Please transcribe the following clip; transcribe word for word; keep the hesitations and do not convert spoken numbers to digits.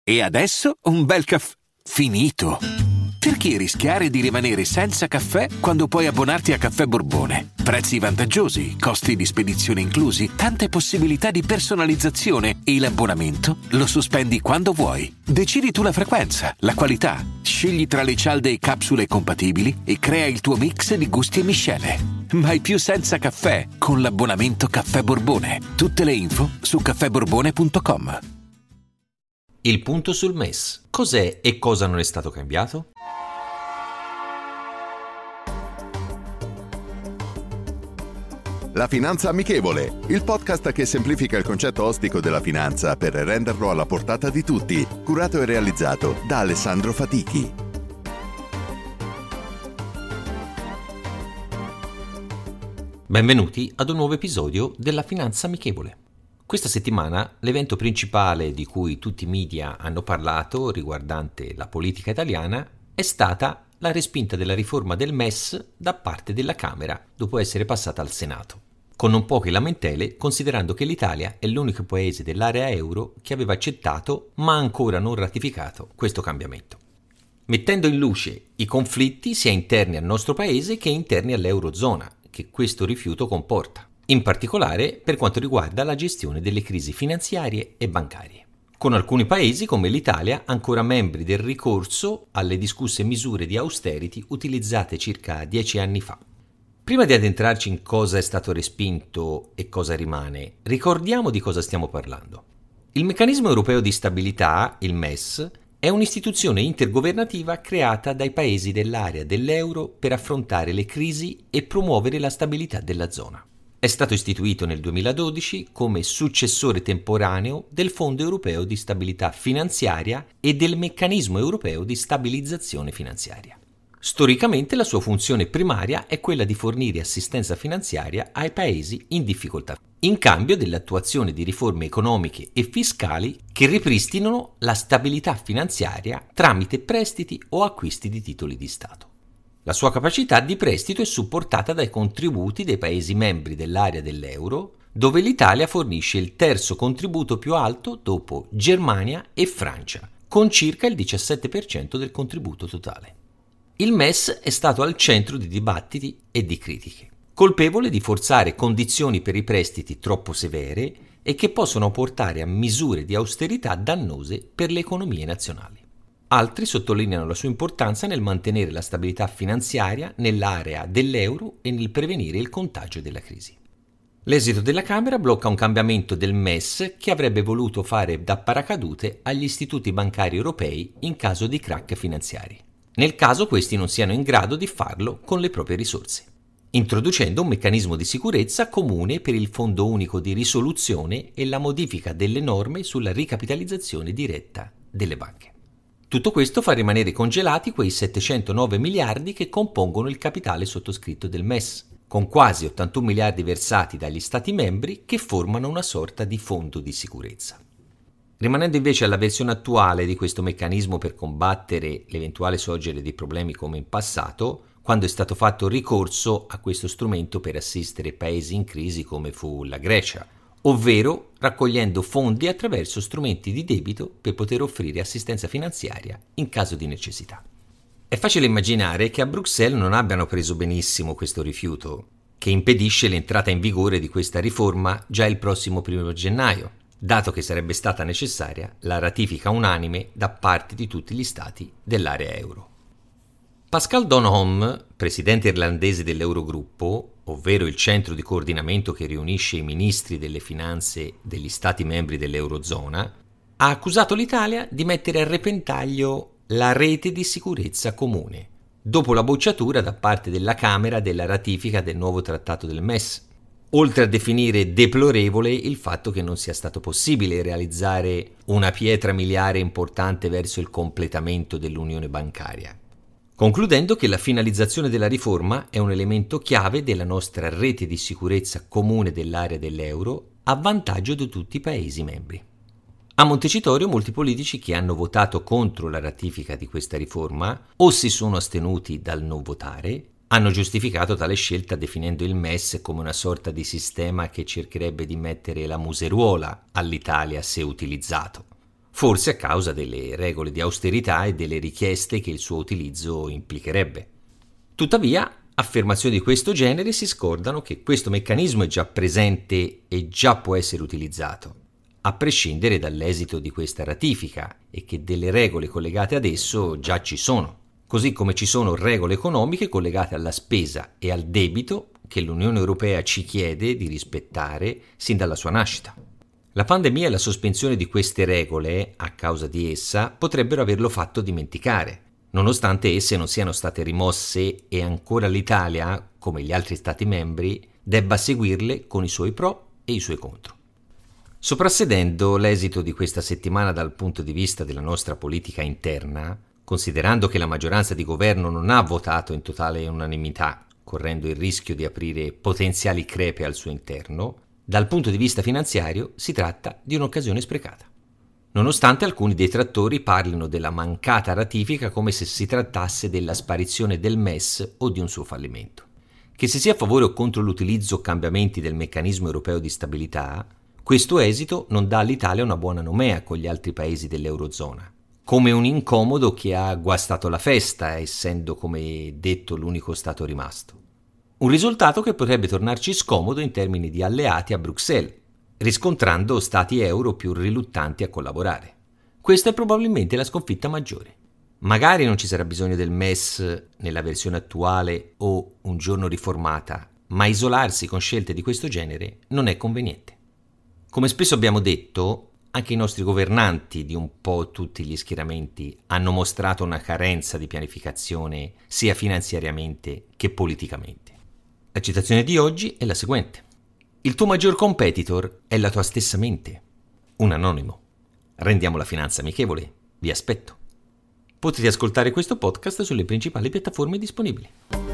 E adesso un bel caffè finito. Perché rischiare di rimanere senza caffè quando puoi abbonarti a Caffè Borbone? Prezzi vantaggiosi, costi di spedizione inclusi, tante possibilità di personalizzazione e l'abbonamento lo sospendi quando vuoi. Decidi tu la frequenza, la qualità, scegli tra le cialde e capsule compatibili e crea il tuo mix di gusti e miscele. Mai più senza caffè con l'abbonamento Caffè Borbone. Tutte le info su caffè borbone punto com. Il punto sul M E S. Cos'è e cosa non è stato cambiato? La Finanza Amichevole, il podcast che semplifica il concetto ostico della finanza per renderlo alla portata di tutti, curato e realizzato da Alessandro Fatichi. Benvenuti ad un nuovo episodio della Finanza Amichevole. Questa settimana l'evento principale di cui tutti i media hanno parlato riguardante la politica italiana è stata la respinta della riforma del M E S da parte della Camera dopo essere passata al Senato, con non poche lamentele considerando che l'Italia è l'unico paese dell'area euro che aveva accettato ma ancora non ratificato questo cambiamento, mettendo in luce i conflitti sia interni al nostro paese che interni all'Eurozona che questo rifiuto comporta, in particolare per quanto riguarda la gestione delle crisi finanziarie e bancarie, con alcuni paesi come l'Italia ancora membri del ricorso alle discusse misure di austerity utilizzate circa dieci anni fa. Prima di addentrarci in cosa è stato respinto e cosa rimane, ricordiamo di cosa stiamo parlando. Il Meccanismo Europeo di Stabilità, il M E S, è un'istituzione intergovernativa creata dai paesi dell'area dell'euro per affrontare le crisi e promuovere la stabilità della zona. È stato istituito nel duemiladodici come successore temporaneo del Fondo Europeo di Stabilità Finanziaria e del Meccanismo Europeo di Stabilizzazione Finanziaria. Storicamente la sua funzione primaria è quella di fornire assistenza finanziaria ai paesi in difficoltà, in cambio dell'attuazione di riforme economiche e fiscali che ripristinano la stabilità finanziaria tramite prestiti o acquisti di titoli di Stato. La sua capacità di prestito è supportata dai contributi dei paesi membri dell'area dell'euro, dove l'Italia fornisce il terzo contributo più alto dopo Germania e Francia, con circa il diciassette per cento del contributo totale. Il M E S è stato al centro di dibattiti e di critiche, colpevole di forzare condizioni per i prestiti troppo severe e che possono portare a misure di austerità dannose per le economie nazionali. Altri sottolineano la sua importanza nel mantenere la stabilità finanziaria nell'area dell'euro e nel prevenire il contagio della crisi. L'esito della Camera blocca un cambiamento del M E S che avrebbe voluto fare da paracadute agli istituti bancari europei in caso di crack finanziari, nel caso questi non siano in grado di farlo con le proprie risorse, introducendo un meccanismo di sicurezza comune per il Fondo Unico di Risoluzione e la modifica delle norme sulla ricapitalizzazione diretta delle banche. Tutto questo fa rimanere congelati quei settecentonove miliardi che compongono il capitale sottoscritto del M E S, con quasi ottantuno miliardi versati dagli Stati membri che formano una sorta di fondo di sicurezza. Rimanendo invece alla versione attuale di questo meccanismo per combattere l'eventuale sorgere di problemi come in passato, quando è stato fatto ricorso a questo strumento per assistere paesi in crisi come fu la Grecia, ovvero raccogliendo fondi attraverso strumenti di debito per poter offrire assistenza finanziaria in caso di necessità. È facile immaginare che a Bruxelles non abbiano preso benissimo questo rifiuto, che impedisce l'entrata in vigore di questa riforma già il prossimo primo gennaio, dato che sarebbe stata necessaria la ratifica unanime da parte di tutti gli stati dell'area euro. Pascal Donholm, presidente irlandese dell'Eurogruppo, ovvero il centro di coordinamento che riunisce i ministri delle finanze degli stati membri dell'Eurozona, ha accusato l'Italia di mettere a repentaglio la rete di sicurezza comune, dopo la bocciatura da parte della Camera della ratifica del nuovo trattato del M E S, oltre a definire deplorevole il fatto che non sia stato possibile realizzare una pietra miliare importante verso il completamento dell'unione bancaria, concludendo che la finalizzazione della riforma è un elemento chiave della nostra rete di sicurezza comune dell'area dell'euro a vantaggio di tutti i Paesi membri. A Montecitorio molti politici che hanno votato contro la ratifica di questa riforma o si sono astenuti dal non votare, hanno giustificato tale scelta definendo il M E S come una sorta di sistema che cercherebbe di mettere la museruola all'Italia se utilizzato, forse a causa delle regole di austerità e delle richieste che il suo utilizzo implicherebbe. Tuttavia, affermazioni di questo genere si scordano che questo meccanismo è già presente e già può essere utilizzato, a prescindere dall'esito di questa ratifica, e che delle regole collegate ad esso già ci sono, così come ci sono regole economiche collegate alla spesa e al debito che l'Unione Europea ci chiede di rispettare sin dalla sua nascita. La pandemia e la sospensione di queste regole, a causa di essa, potrebbero averlo fatto dimenticare, nonostante esse non siano state rimosse e ancora l'Italia, come gli altri Stati membri, debba seguirle con i suoi pro e i suoi contro. Soprassedendo l'esito di questa settimana dal punto di vista della nostra politica interna, considerando che la maggioranza di governo non ha votato in totale unanimità, correndo il rischio di aprire potenziali crepe al suo interno, dal punto di vista finanziario si tratta di un'occasione sprecata. Nonostante alcuni detrattori parlino della mancata ratifica come se si trattasse della sparizione del M E S o di un suo fallimento. Che si sia a favore o contro l'utilizzo o cambiamenti del meccanismo europeo di stabilità, questo esito non dà all'Italia una buona nomea con gli altri paesi dell'Eurozona, come un incomodo che ha guastato la festa, essendo, come detto, l'unico Stato rimasto. Un risultato che potrebbe tornarci scomodo in termini di alleati a Bruxelles, riscontrando stati euro più riluttanti a collaborare. Questa è probabilmente la sconfitta maggiore. Magari non ci sarà bisogno del M E S nella versione attuale o un giorno riformata, ma isolarsi con scelte di questo genere non è conveniente. Come spesso abbiamo detto, anche i nostri governanti di un po' tutti gli schieramenti hanno mostrato una carenza di pianificazione sia finanziariamente che politicamente. La citazione di oggi è la seguente. Il tuo maggior competitor è la tua stessa mente. Un anonimo. Rendiamo la finanza amichevole. Vi aspetto. Potete ascoltare questo podcast sulle principali piattaforme disponibili.